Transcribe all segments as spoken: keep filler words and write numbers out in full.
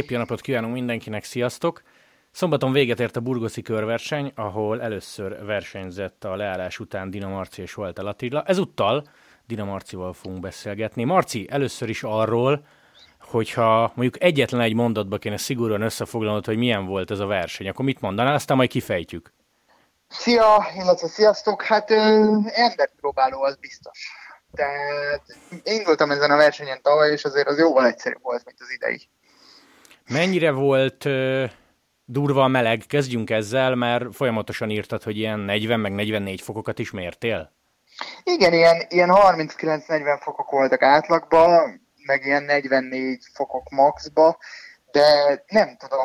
Szép jó napot kívánunk mindenkinek, sziasztok! Szombaton véget ért a burgoszi körverseny, ahol először versenyzett a leállás után Dina Marci és Walter Attila. Ezúttal Dina Marcival fogunk beszélgetni. Marci, először is arról, hogyha mondjuk egyetlen egy mondatba kéne szigorúan összefoglalnod, hogy milyen volt ez a verseny, akkor mit mondanál, aztán majd kifejtjük. Szia, illetve sziasztok! Hát embert próbáló, az biztos. Tehát indultam ezen a versenyen tavaly, és azért az jóval egyszerűbb volt, mint az idei. Mennyire volt uh, durva a meleg? Kezdjünk ezzel, mert folyamatosan írtad, hogy ilyen negyven meg negyvennégy fokokat is mértél? Igen, ilyen, ilyen harminckilenc-negyven fokok voltak átlagban, meg ilyen negyvennégy fokok maxba, de nem tudom,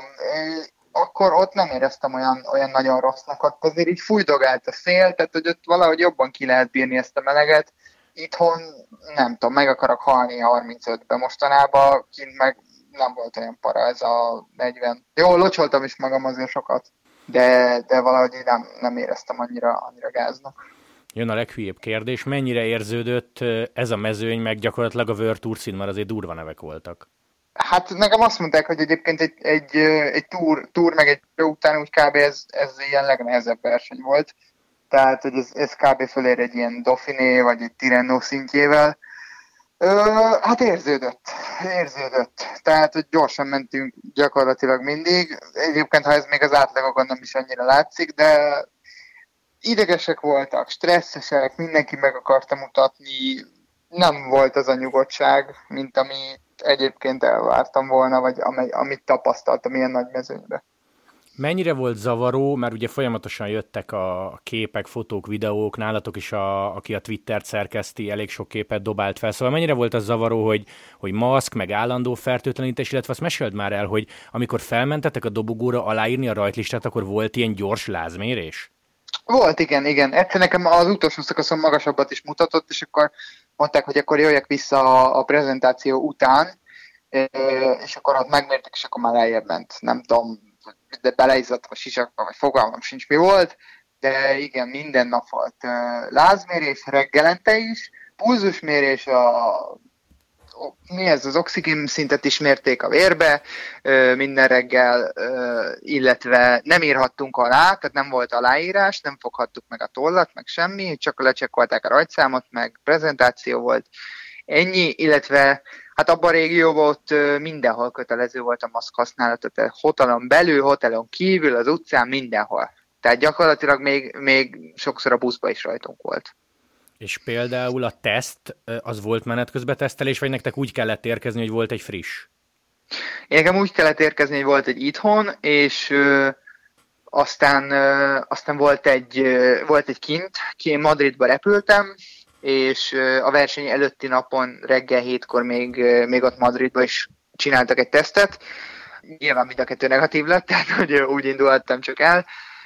akkor ott nem éreztem olyan, olyan nagyon rossznak, ott azért így fújdogált a szél, tehát hogy ott valahogy jobban ki lehet bírni ezt a meleget. Itthon nem tudom, meg akarok halni harmincötbe mostanában, kint meg nem volt olyan para ez a negyven. Jó, locsoltam is magam azért sokat, de, de valahogy nem, nem éreztem annyira, annyira gáznak. Jön a leghülyébb kérdés, mennyire érződött ez a mezőny, meg gyakorlatilag a World Tour szín, mert azért durva nevek voltak? Hát nekem azt mondták, hogy egyébként egy, egy, egy túr, túr meg egy pro után úgy kb. ez, ez ilyen legnehezebb verseny volt. Tehát, hogy ez, ez kb. Fölér egy ilyen Dauphiné, vagy egy Tirreno szintjével. Ö, hát érződött, érződött. Tehát, hogy gyorsan mentünk gyakorlatilag mindig. Egyébként, ha ez még az átlagokon nem is annyira látszik, de idegesek voltak, stresszesek, mindenki meg akarta mutatni. Nem volt az a nyugodtság, mint amit egyébként elvártam volna, vagy amely, amit tapasztaltam ilyen nagy mezőnyben. Mennyire volt zavaró, mert ugye folyamatosan jöttek a képek, fotók, videók, nálatok is, a, aki a Twittert szerkeszti, elég sok képet dobált fel, szóval mennyire volt az zavaró, hogy, hogy maszk, meg állandó fertőtlenítés, illetve azt meséld már el, hogy amikor felmentetek a dobogóra aláírni a rajtlistát, akkor volt ilyen gyors lázmérés? Volt, igen, igen. Egyszer nekem az utolsó szakaszon magasabbat is mutatott, és akkor mondták, hogy akkor jöjjek vissza a, a prezentáció után, és akkor ott megmértek, és akkor már lejjebb ment. Nem tudom, de beleizzadtam a sisakba, vagy fogalmam sincs mi volt, de igen, minden nap volt lázmérés, reggelente is, pulzusmérés, a, mi ez, az oxigén szintet is mérték a vérbe minden reggel, illetve nem írhattunk alá, tehát nem volt aláírás, nem foghattuk meg a tollat, meg semmi, csak lecsekkolták a rajtszámot, meg prezentáció volt, ennyi, illetve hát abban a régióban ott mindenhol kötelező volt a maszk használata, tehát hotelon belül, hotelon kívül, az utcán, mindenhol. Tehát gyakorlatilag még, még sokszor a buszba is rajtunk volt. És például a teszt, az volt menet közben tesztelés, vagy nektek úgy kellett érkezni, hogy volt egy friss? Én nekem úgy kellett érkezni, hogy volt egy itthon, és ö, aztán, ö, aztán volt, egy, ö, volt egy kint, ki én Madridba repültem, és ö, a verseny előtti napon reggel hétkor még, ö, még ott Madridba is csináltak egy tesztet. Nyilván mind a kettő negatív lett, tehát hogy úgy indultam csak el.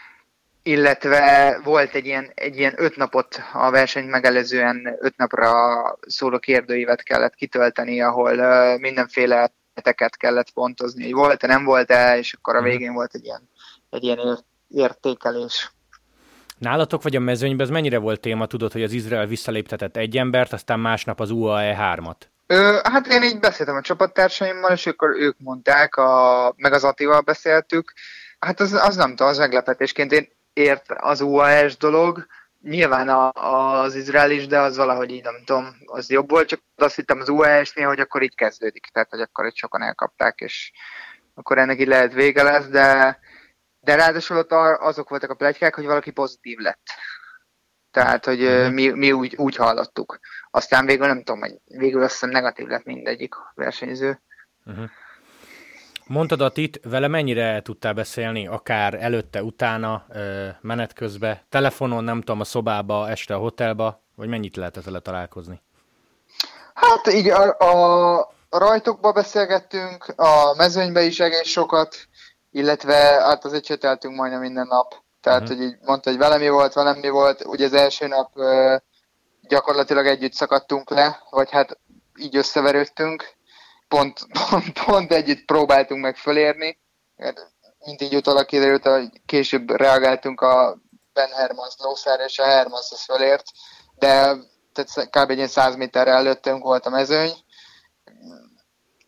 Illetve volt egy ilyen, egy ilyen öt napot a versenyt megelőzően öt napra szóló kérdőívet kellett kitölteni, ahol uh, mindenféle eteket kellett pontozni, hogy volt-e, nem volt-e, és akkor a végén volt egy ilyen, egy ilyen értékelés. Nálatok vagy a mezőnyben ez mennyire volt téma? Tudod, hogy az Izrael visszaléptetett egy embert, aztán másnap az u á e hármat? Ö, hát én így beszéltem a csapattársaimmal, és akkor ők mondták, a, meg az Attival beszéltük. Hát az, az nem tudom, az meglepetésként én ért az u á es dolog, nyilván a, az Izrael is, de az valahogy így nem tudom, az jobb volt, csak azt hittem az u á esnél, hogy akkor így kezdődik, tehát hogy akkor itt sokan elkapták, és akkor ennek így lehet vége lesz, de, de ráadásul ott azok voltak a pletykák, hogy valaki pozitív lett. Tehát, hogy uh-huh. mi, mi úgy, úgy hallottuk. Aztán végül nem tudom, hogy végül azt hiszem negatív lett mindegyik versenyző. Uh-huh. Mondtad Attit, vele mennyire tudtál beszélni, akár előtte, utána, menet közben, telefonon, nem tudom, a szobába, este a hotelba, vagy mennyit lehetett vele találkozni? Hát így a, a, a rajtokba beszélgettünk, a mezőnybe is egész sokat, illetve hát azért cseteltünk majdnem minden nap. Tehát, uh-huh. hogy így mondta, hogy velem mi volt, velem mi volt. Ugye az első nap gyakorlatilag együtt szakadtunk le, vagy hát így összeverődtünk. Pont, pont, pont együtt próbáltunk meg fölérni, mint így utólag kiderült, hogy később reagáltunk a Ben Hermans lószerre, és a Hermans az fölért, de tehát kb. Egy ilyen száz méterre előttünk volt a mezőny.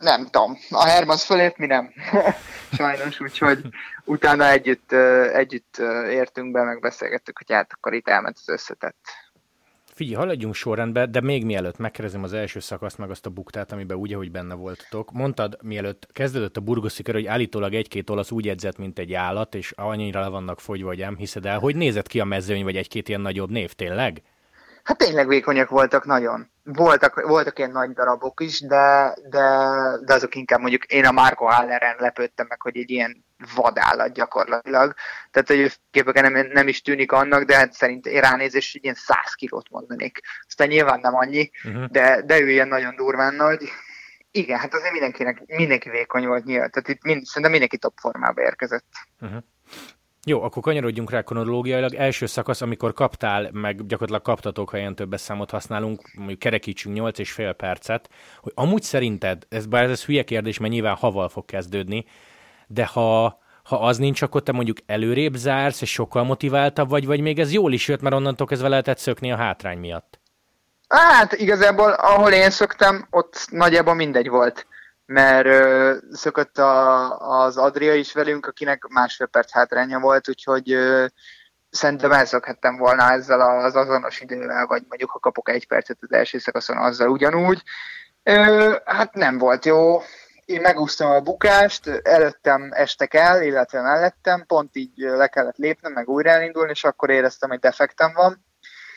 nem tudom, a Hermansz fölért, mi nem. Sajnos, úgyhogy utána együtt, együtt értünk be, megbeszélgettük, hogy hát akkor itt elment az összetett. Figyelj, haladjunk sorrendbe, de még mielőtt megkérdezem az első szakaszt, meg azt a buktát, amiben úgy, ahogy benne voltatok. Mondtad, mielőtt kezdődött a burgoszi kör, hogy állítólag egy-két olasz úgy edzett, mint egy állat, és annyira le vannak fogyva, hogy nem hiszed el. Hogy nézett ki a mezőny, vagy egy-két ilyen nagyobb név, tényleg? Hát tényleg vékonyak voltak nagyon. Voltak, voltak ilyen nagy darabok is, de, de, de azok inkább mondjuk én a Marco Halleren lepődtem meg, hogy egy ilyen vadállat gyakorlatilag. Tehát, hogy képeken nem, nem is tűnik annak, de hát szerint én ránézés egy ilyen száz kilót mondanék. Aztán nyilván nem annyi, uh-huh. de, de ő ilyen nagyon durván nagy. Igen, hát azért mindenkinek, mindenki vékony volt nyilván. Tehát itt mind, szerintem mindenki top formába érkezett. Uh-huh. Jó, akkor kanyarodjunk rá kronológiailag. Első szakasz, amikor kaptál, meg gyakorlatilag kaptatok, ha ilyen többes számot használunk, mondjuk kerekítsünk nyolc és fél percet, hogy amúgy szerinted, ez bár ez hülye kérdés, mert nyilván haval fog kezdődni, de ha, ha az nincs, akkor te mondjuk előrébb zársz, és sokkal motiváltabb vagy, vagy még ez jól is jött, mert onnantól kezdve lehetett szökni a hátrány miatt? Hát igazából, ahol én szöktem, ott nagyjából mindegy volt. Mert ö, szökött a, az Adria is velünk, akinek másfél perc hátránya volt, úgyhogy ö, szerintem elszökhettem volna ezzel az azonos idővel, vagy mondjuk ha kapok egy percet az első szakaszon, azzal ugyanúgy. Ö, hát nem volt jó. Én megúsztam a bukást, előttem estek el, illetve mellettem, pont így le kellett lépnem, meg újra elindulni, és akkor éreztem, hogy defektem van.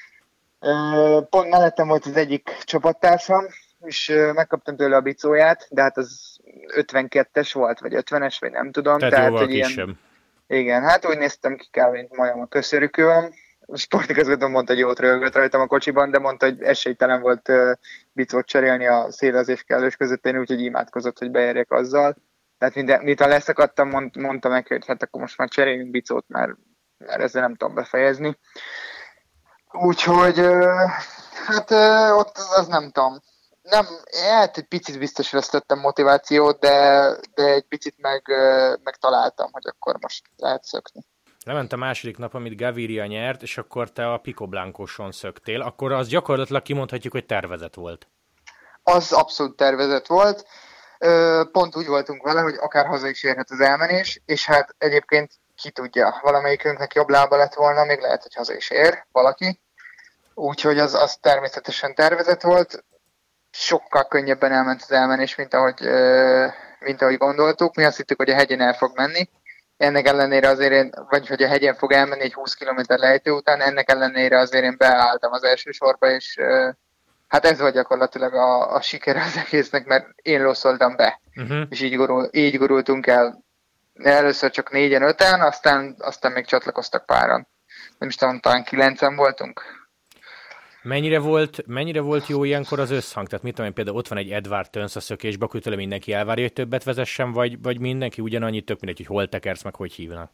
Ö, pont mellettem volt az egyik csapattársam, és megkaptam tőle a bicóját, de hát az ötvenkettes volt, vagy ötvenes, vagy nem tudom. Tehát, tehát jóval kisebb. Ilyen, igen, hát úgy néztem ki kb. Mint majom a köszörükön. A sportigazgató mondta, hogy jót röhögött rajtam a kocsiban, de mondta, hogy esélytelen volt uh, bicót cserélni a szélezés kellős közöttén, úgyhogy imádkozott, hogy beérjek azzal. Tehát minden, miután leszakadtam, mond, mondta meg, hogy hát akkor most már cseréljünk bicót, mert, mert ezzel nem tudom befejezni. Úgyhogy uh, hát uh, ott az, az nem tudom. Nem, hát egy picit biztos vesztettem motivációt, de, de egy picit meg, megtaláltam, hogy akkor most lehet szökni. Lement a második nap, amit Gaviria nyert, és akkor te a Pico Blancoson szöktél, akkor az gyakorlatilag kimondhatjuk, hogy tervezett volt. Az abszolút tervezett volt. Pont úgy voltunk vele, hogy akár haza is érhet az elmenés, és hát egyébként ki tudja, valamelyikünknek jobb lába lett volna, még lehet, hogy haza is ér valaki. Úgyhogy az, az természetesen tervezett volt. Sokkal könnyebben elment az elmenés, mint ahogy, mint ahogy gondoltuk. Mi azt hittük, hogy a hegyen el fog menni. Ennek ellenére azért én, vagy hogy a hegyen fog elmenni egy húsz kilométer lejtő után, ennek ellenére azért én beálltam az első sorba, és hát ez volt gyakorlatilag a, a sikere az egésznek, mert én losszoltam be. Uh-huh. És így, gurul, így gurultunk el. Először csak négyen, öten, aztán, aztán még csatlakoztak páran. Nem is tudom, talán kilencen voltunk. Mennyire volt, mennyire volt jó ilyenkor az összhang? Tehát mit tudom én, például ott van egy Edvard Tönsz a szökésbe, akkor tőle mindenki elvárja, hogy többet vezessen, vagy, vagy mindenki ugyanannyit, tök mindegy, hogy hol tekersz, meg hogy hívnak?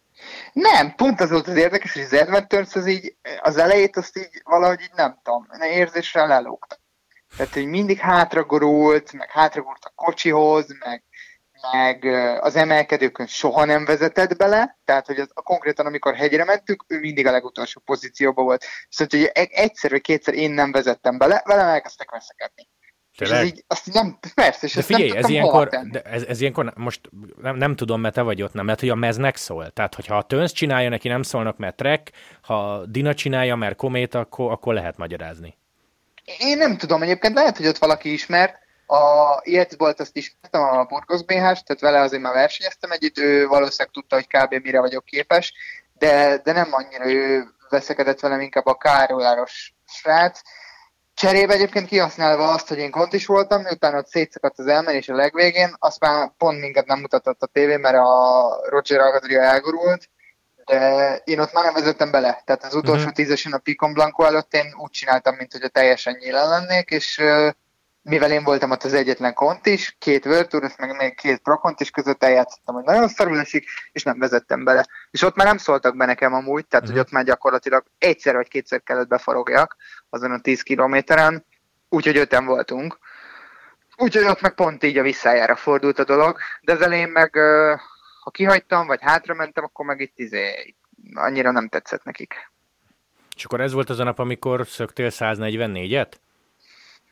Nem, pont az volt az érdekes, hogy az Edvard Tönsz az így, az elejét azt így valahogy így nem tudom, érzésre lelógta. Tehát, hogy mindig hátragorult, meg hátragorult a kocsihoz, meg meg az emelkedőkön soha nem vezetett bele, tehát hogy az, a konkrétan amikor hegyre mentünk, ő mindig a legutolsó pozícióban volt. Szóval, hogy egyszer vagy kétszer én nem vezettem bele, velem elkezdtek veszekedni. És ez így, azt nem, persze, és de ezt figyelj, nem ez ilyenkor, de ez, ez ilyenkor, most nem, nem tudom, mert te vagy ott, nem lehet, hogy a meznek szól. Tehát, hogyha a Tönsz csinálja, neki nem szólnak, mert Trek, ha Dina csinálja, mert Komét, akkor, akkor lehet magyarázni. Én nem tudom, egyébként lehet, hogy ott valaki ismert. A Jetsbolt azt ismertem, a Burgos bé hás, tehát vele azért már versenyeztem együtt, ő valószínűleg tudta, hogy kb. Mire vagyok képes, de, de nem annyira, ő veszekedett velem, inkább a károláros srác. Cserébe egyébként kihasználva azt, hogy én kontis voltam, utána ott szétszakadt az elmenés a legvégén, azt már pont minket nem mutatott a tévé, mert a Roger Algadria elgurult, de én ott már nem vezettem bele. Tehát az utolsó uh-huh. tízesen a Picon Blanco előtt én úgy csináltam, mint hogy a teljesen nyílen lennék, és mivel én voltam ott az egyetlen kont is, két World Tour, meg még két Pro kont is között eljátszottam, hogy nagyon szarul esik, és nem vezettem bele. És ott már nem szóltak be nekem amúgy, tehát uh-huh. hogy ott már gyakorlatilag egyszer vagy kétszer kellett befarogjak azon a tíz kilométeren, úgyhogy öten voltunk. Úgyhogy ott meg pont így a visszájára fordult a dolog, de az elején meg, ha kihagytam, vagy hátra mentem, akkor meg itt izé, annyira nem tetszett nekik. És akkor ez volt az a nap, amikor szöktél száznegyvennégyet?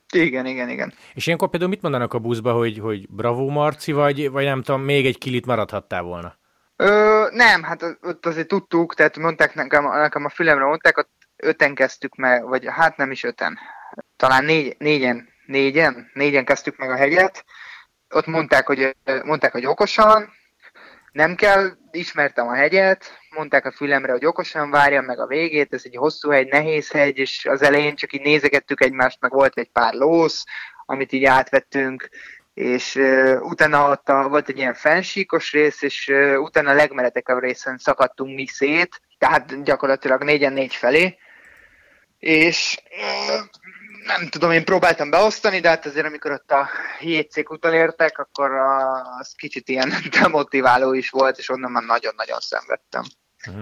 Igen, igen, igen. És ilyenkor például mit mondanak a buszba, hogy, hogy bravo Marci, vagy, vagy nem tudom, még egy kilit maradhattál volna? Ö, nem, hát ott azért tudtuk, tehát mondták nekem, nekem a fülemre mondták, ott öten kezdtük meg, vagy hát nem is öten, talán négy, négyen, négyen, négyen kezdtük meg a hegyet. Ott mondták, hogy, mondták, hogy okosan, nem kell, ismertem a hegyet, mondták a fülemre, hogy okosan várjam meg a végét, ez egy hosszú hegy, nehéz hegy, és az elején csak így nézegettük egymást, meg volt egy pár lósz, amit így átvettünk, és uh, utána ott a, volt egy ilyen fensíkos rész, és uh, utána a legmeredekebb részen szakadtunk mi szét, tehát gyakorlatilag négyen négy felé, és uh, nem tudom, én próbáltam beosztani, de hát azért amikor ott a jé cé úton értek, akkor uh, az kicsit ilyen demotiváló is volt, és onnan már nagyon-nagyon szenvedtem. Uh-huh.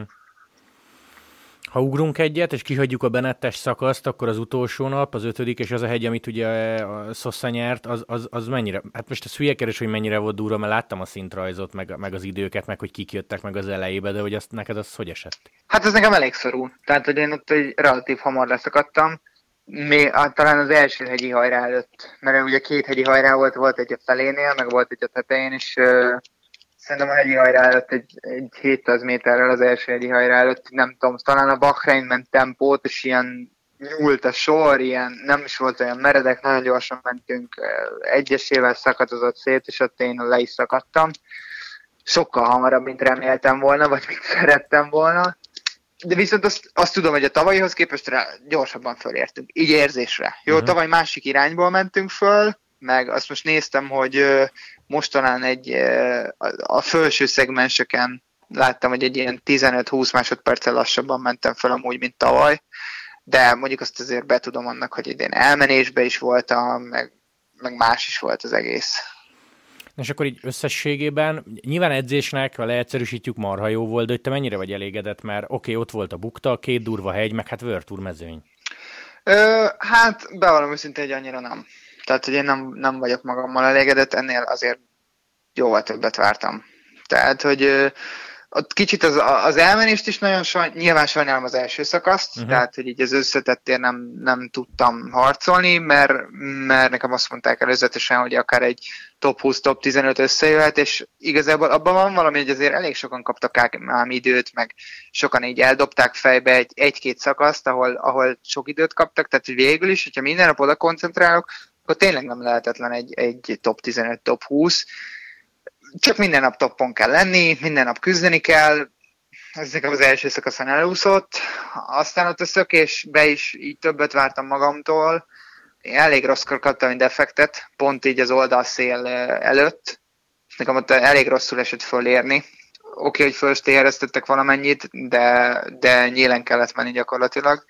Ha ugrunk egyet, és kihagyjuk a Benettes szakaszt, akkor az utolsó nap, az ötödik, és az a hegy, amit ugye a Sosa nyert, az, az, az mennyire, hát most ez hülye kérdés, hogy mennyire volt durva, mert láttam a szintrajzot, meg, meg az időket, meg hogy kik jöttek meg az elejébe, de hogy azt, neked az hogy esett? Hát ez nekem elég szorú. Tehát, hogy én ott egy relatív hamar leszakadtam, még talán az első hegyi hajrá előtt, mert ugye két hegyi hajrá volt, volt egy a felénél, meg volt egy a tetején, és uh, szerintem a hegyi hajrá előtt egy, egy hétszáz méterrel az első hegyi hajrá előtt, nem tudom, talán a Bahrein ment tempót, és ilyen nyúlt a sor, ilyen nem is volt olyan meredek, nagyon gyorsan mentünk, egyesével szakadozott szét, és ott én le is szakadtam. Sokkal hamarabb, mint reméltem volna, vagy mint szerettem volna. De viszont azt, azt tudom, hogy a tavalyihoz képest rá gyorsabban fölértünk, így érzésre. Jó, uh-huh. Tavaly másik irányból mentünk föl, meg azt most néztem, hogy most talán egy, a felső szegmenseken láttam, hogy egy ilyen tizenöt-húsz másodperccel lassabban mentem föl amúgy, mint tavaly, de mondjuk azt azért betudom annak, hogy idén elmenésbe is voltam, meg, meg más is volt az egész. És akkor így összességében, nyilván edzésnek, ha leegyszerűsítjük, marha jó volt, de hogy te mennyire vagy elégedett, mert oké, okay, ott volt a bukta, két durva hegy, meg hát World Tour mezőny. Ö, hát bevallom őszintén, hogy annyira nem. Tehát, hogy én nem, nem vagyok magammal elégedett, ennél azért jóval többet vártam. Tehát, hogy ö, ott kicsit az, az elmenést is nagyon saj, nyilván sajnálom az első szakaszt, uh-huh. Tehát, hogy így az összetettért nem, nem tudtam harcolni, mert, mert nekem azt mondták előzetesen, hogy akár egy top húsz, top tizenöt összejöhet, és igazából abban van valami, hogy azért elég sokan kaptak ám időt, meg sokan így eldobták fejbe egy, egy-két szakaszt, ahol, ahol sok időt kaptak, tehát hogy végül is, hogyha minden nap oda koncentrálok, akkor tényleg nem lehetetlen egy, egy top tizenöt, top húsz, csak minden nap toppon kell lenni, minden nap küzdeni kell, ez nekem az első szakaszon elúszott, aztán ott a szökésbe is így többet vártam magamtól, én elég rosszkor kaptam egy defektet, pont így az oldalszél előtt, és nekem ott elég rosszul esett fölérni. Oké, okay, hogy fölstéhereztettek valamennyit, de, de nyílen kellett menni gyakorlatilag.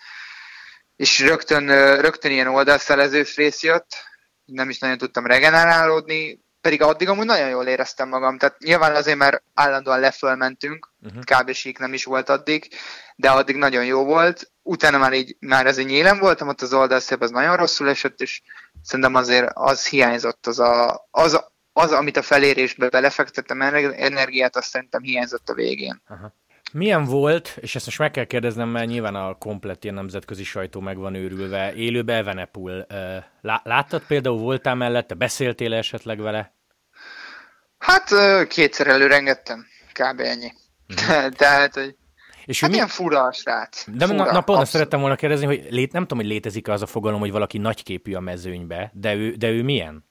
És rögtön, rögtön ilyen oldalszelezős rész jött, nem is nagyon tudtam regenerálódni, pedig addig amúgy nagyon jól éreztem magam. Tehát nyilván azért, mert állandóan lefölmentünk, uh-huh. kb. Sík nem is volt addig, de addig nagyon jó volt. Utána már így, már ez egy nyílen voltam, ott az oldalszép az nagyon rosszul esett, és szerintem azért az hiányzott, az, a, az, az amit a felérésbe belefektettem energiát, azt szerintem hiányzott a végén. Aha. Milyen volt, és ezt most meg kell kérdeznem, mert nyilván a komplett ilyen nemzetközi sajtó meg van őrülve, élőbe Evenepoel. Láttad például, voltál mellette, beszéltél esetleg vele? Hát kétszer előrengettem, kb. Ennyi. Uh-huh. Tehát, hogy és hát mi... ilyen fura a srác. De fura, na, na pont azt szerettem volna kérdezni, hogy lét, nem tudom, hogy létezik az a fogalom, hogy valaki nagyképű a mezőnybe, de ő, de ő milyen?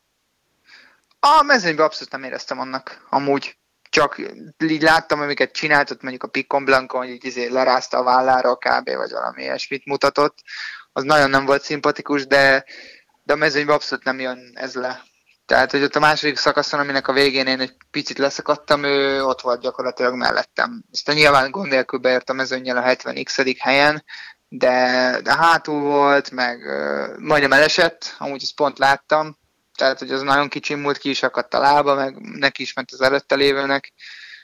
A mezőnybe abszolút nem éreztem annak, amúgy. Csak így láttam, amiket csináltott, mondjuk a Picon Blancon, hogy így izé lerázta a vállára a kb. Vagy valami ilyesmit mutatott. Az nagyon nem volt szimpatikus, de, de a mezőnybe abszolút nem jön ez le. Tehát, hogy ott a második szakaszon, aminek a végén én egy picit leszakadtam, ő ott volt gyakorlatilag mellettem. Aztán nyilván gond nélkül beért a mezőnnyel a hetven x helyen, de, de hátul volt, meg uh, majdnem elesett, amúgy ezt pont láttam. Tehát, hogy az nagyon kicsim múlt, ki is akadt a lába, meg neki is ment az előtte lévőnek.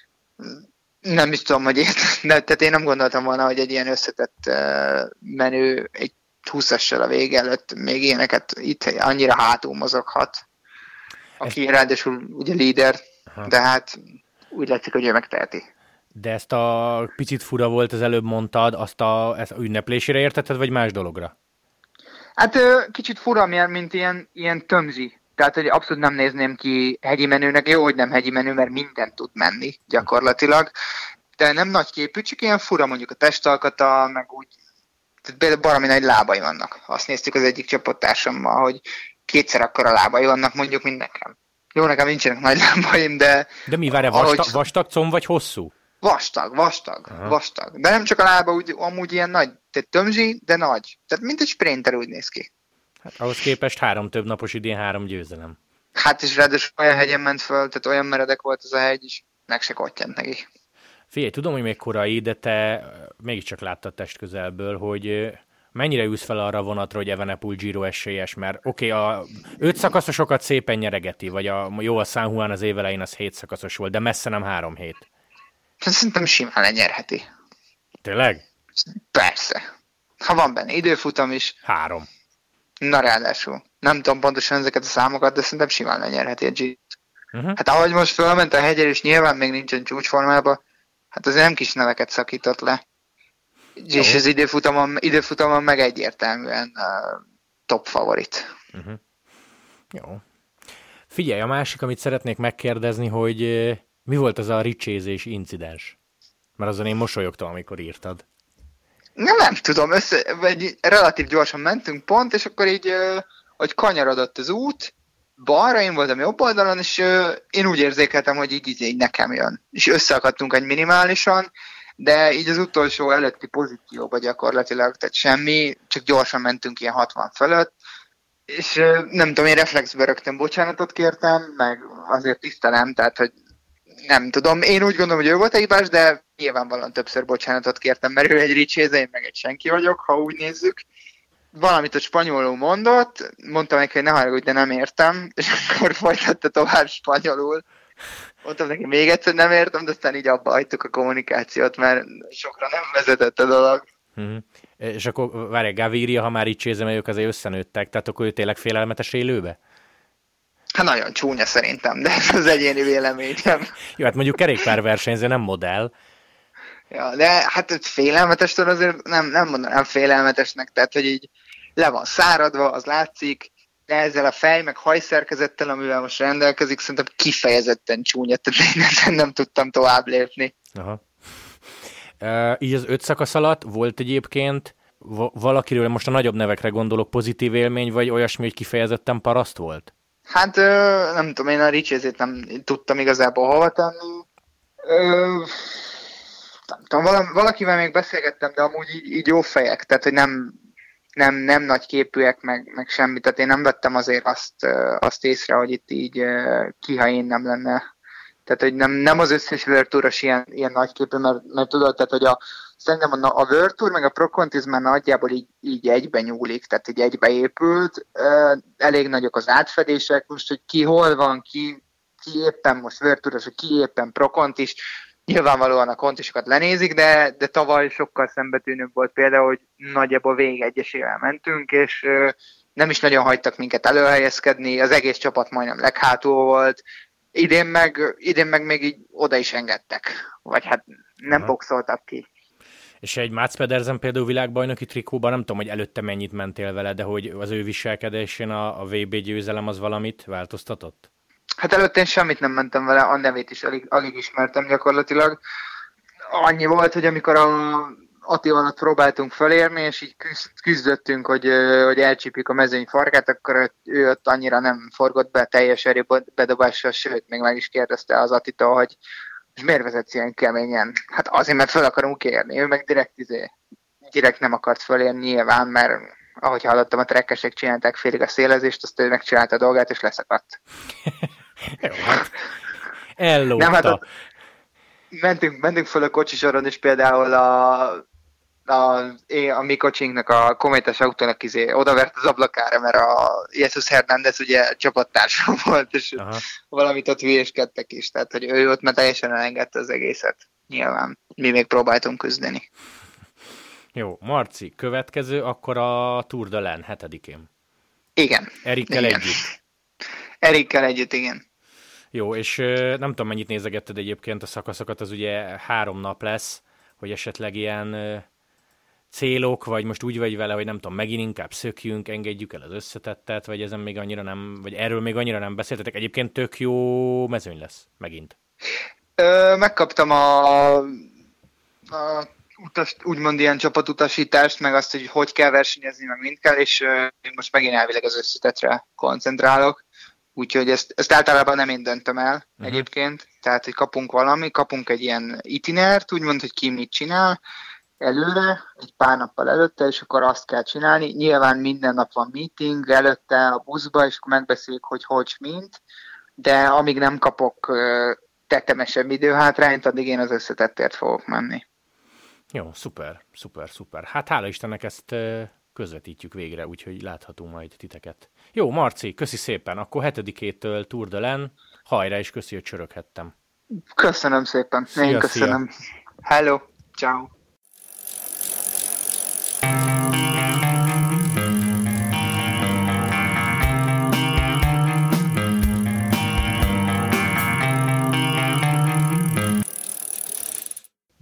Nem is tudom, hogy én, de, tehát én nem gondoltam volna, hogy egy ilyen összetett uh, menő egy húszassal a vége előtt még ilyeneket itt annyira hátul mozoghat. Aki ezt... ráadásul ugye líder, aha. De hát úgy látszik, hogy ő megteheti. De ezt a picit fura volt, az előbb mondtad, azt a, ezt a ünneplésére értetted, vagy más dologra? Hát ö, kicsit fura, mint ilyen, ilyen tömzi. Tehát, hogy abszolút nem nézném ki hegyi menőnek. Jó, hogy nem hegyi menő, mert mindent tud menni gyakorlatilag. De nem nagy képű, csak ilyen fura mondjuk a testalkata, meg úgy. Tehát például baromi nagy lábai vannak. Azt néztük az egyik csapattársammal, hogy kétszer akkora lábai vannak mondjuk, mint nekem. Jó, nekem nincsenek nagy lábaim, de... De mi, várja, ahogy... vastag, vastag comb vagy hosszú? Vastag, vastag, Aha. vastag. De nem csak a lába, úgy, amúgy ilyen nagy, tehát tömzsi, de nagy. Tehát mint egy sprinter úgy néz ki. Hát ahhoz képest három több napos idén három győzelem. Hát és ráadásul olyan hegyen ment föl, tehát olyan meredek volt az a hegy is, meg se kottyant neki. Figyelj, tudom, hogy még korai, de te mégiscsak láttad testközelből, hogy mennyire ülsz fel arra a vonatra, hogy Evenepoel Giro esélyes, mert oké, okay, a öt szakaszosokat szépen nyeregeti, vagy a, jó, a San Juan az év elején az hét szakaszos volt, de messze nem három hét. Szerintem simán lenyerheti. Tényleg? Persze. Ha van benne időfutam is. Három. Na ráadásul. Nem tudom pontosan ezeket a számokat, de szerintem simán lenyerheti a G. Uh-huh. Hát ahogy most fölment a hegyre, és nyilván még nincsen csúcsformában, hát az nem kis neveket szakított le. Jó. És az időfutamon, időfutamon meg egyértelműen uh, top favorit. Uh-huh. Jó. Figyelj, a másik, amit szeretnék megkérdezni, hogy uh, mi volt az a ricsézés incidens? Mert azon én mosolyogtam, amikor írtad. Nem, nem tudom, össze, vagy relatív gyorsan mentünk pont, és akkor így, uh, hogy kanyarodott az út, balra, én voltam jobb oldalon, és uh, én úgy érzékeltem, hogy így, így, így nekem jön. És összeakadtunk egy minimálisan, de így az utolsó előtti pozícióba gyakorlatilag, tehát semmi, csak gyorsan mentünk ilyen hatvan fölött, és uh, nem tudom, én reflexbe rögtön bocsánatot kértem, meg azért tisztelem, tehát, hogy nem tudom, én úgy gondolom, hogy ő volt a hibás, de nyilvánvalóan többször bocsánatot kértem, mert ő egy ricséze, én meg egy senki vagyok, ha úgy nézzük. Valamit a spanyolul mondott, mondtam neki, hogy ne haragudj, de nem értem, és akkor folytatta tovább spanyolul. Mondtam neki még egyszer, nem értem, de aztán így abba hagytuk a kommunikációt, mert sokra nem vezetett a dolog. Hmm. És akkor várj, Gaviria, ha már ricséze, mert ők azért összenőttek, tehát akkor ő tényleg félelmetes élőbe? Hát nagyon csúnya szerintem, de ez az egyéni véleményem. Jó, hát mondjuk kerékpárversenyző, nem modell. Ja, de hát félelmetestől azért nem, nem mondanám félelmetesnek, tehát hogy így le van száradva, az látszik, de ezzel a fej, meg hajszerkezettel, amivel most rendelkezik, szerintem kifejezetten csúnya, tehát én ezen nem tudtam tovább lépni. Aha. E, így az öt szakasz alatt volt egyébként valakiről, most a nagyobb nevekre gondolok, pozitív élmény, vagy olyasmi, hogy kifejezetten paraszt volt? Hát nem tudom, én a ricsézét nem tudtam igazából hova tenni. Nem tudom, valakivel még beszélgettem, de amúgy így, így jó fejek, tehát hogy nem, nem, nem nagy képűek, meg, meg semmi, tehát én nem vettem azért azt, azt észre, hogy itt így ki, ha én nem lenne. Tehát, hogy nem, nem az összes World Touros ilyen, ilyen nagy képű, mert, mert tudod, tehát, hogy a, szerintem a, a World Tour meg a Pro Conti már nagyjából így, így egybe nyúlik, tehát így egybe épült, elég nagyok az átfedések, most, hogy ki hol van, ki, ki éppen most World Touros, ki éppen Pro Contis, nyilvánvalóan a kontisokat lenézik, de, de tavaly sokkal szembetűnőbb volt például, hogy nagyjából végig egyesével mentünk, és nem is nagyon hagytak minket előhelyezkedni, az egész csapat majdnem leghátul volt, idén meg, idén meg még így oda is engedtek, vagy hát nem Aha. boxoltak ki. És egy Mats Pedersen például világbajnoki trikóban, nem tudom, hogy előtte mennyit mentél vele, de hogy az ő viselkedésén a, a vé bé győzelem az valamit változtatott? Hát előtte én semmit nem mentem vele, a nevét is alig, alig ismertem gyakorlatilag. Annyi volt, hogy amikor a Attival próbáltunk felérni, és így küzdöttünk, hogy, hogy elcsípjük a mezőny farkát, akkor ő ott annyira nem forgott be teljes erő bedobással, sőt, még meg is kérdezte az Attitól, hogy és miért vezetsz ilyen keményen? Hát azért, mert fel akarunk érni. Ő meg direkt, izé, direkt nem akart fölérni nyilván, mert ahogy hallottam, a trekkesek csinálták félig a szélezést, azt ő megcsinálta a dolgát, és leszakadt. Jó, hát ellógta. Nem, hát ott mentünk, mentünk föl a kocsisoron, és például a, a, a mi kocsinknak, a kométás autónak izé, odavert az ablakára, mert a Jesus Hernández ugye csapattársam volt, és Aha. valamit ott hülyéskedtek is, tehát hogy ő ott már teljesen elengedte az egészet. Nyilván mi még próbáltunk küzdeni. Jó, Marci, következő, akkor a Tour de l'Ain, hetedikén. Igen. Erikkel igen. együtt. Erikkel együtt, igen. Jó, és nem tudom, mennyit nézegetted egyébként a szakaszokat, az ugye három nap lesz, hogy esetleg ilyen célok, vagy most úgy vagy vele, hogy nem tudom, megint inkább szökjünk, engedjük el az összetettet, vagy ezen még annyira nem, vagy erről még annyira nem beszéltetek. Egyébként tök jó mezőny lesz, megint. Ö, megkaptam a, a utas, úgymond ilyen csapatutasítást, meg azt, hogy hogy kell versenyezni, meg mind kell, és ö, én most megint elvileg az összetetre koncentrálok. Úgyhogy ezt, ezt általában nem én döntöm el uh-huh. egyébként. Tehát, hogy kapunk valami, kapunk egy ilyen itinert, úgymond, hogy ki mit csinál előre, egy pár nappal előtte, és akkor azt kell csinálni. Nyilván minden nap van meeting előtte a buszba, és akkor megbeszéljük, hogy hogy mint, de amíg nem kapok tetemesebb időhátrányt, addig én az összetettért fogok menni. Jó, szuper, szuper, szuper. Hát hála Istennek ezt közvetítjük végre, úgyhogy láthatunk majd titeket. Jó, Marci, köszi szépen. Akkor hetedikétől Tour de Len. Hajrá, és köszi, hogy csöröghettem. Köszönöm szépen. Szia, Én köszönöm. Szia. Hello, ciao.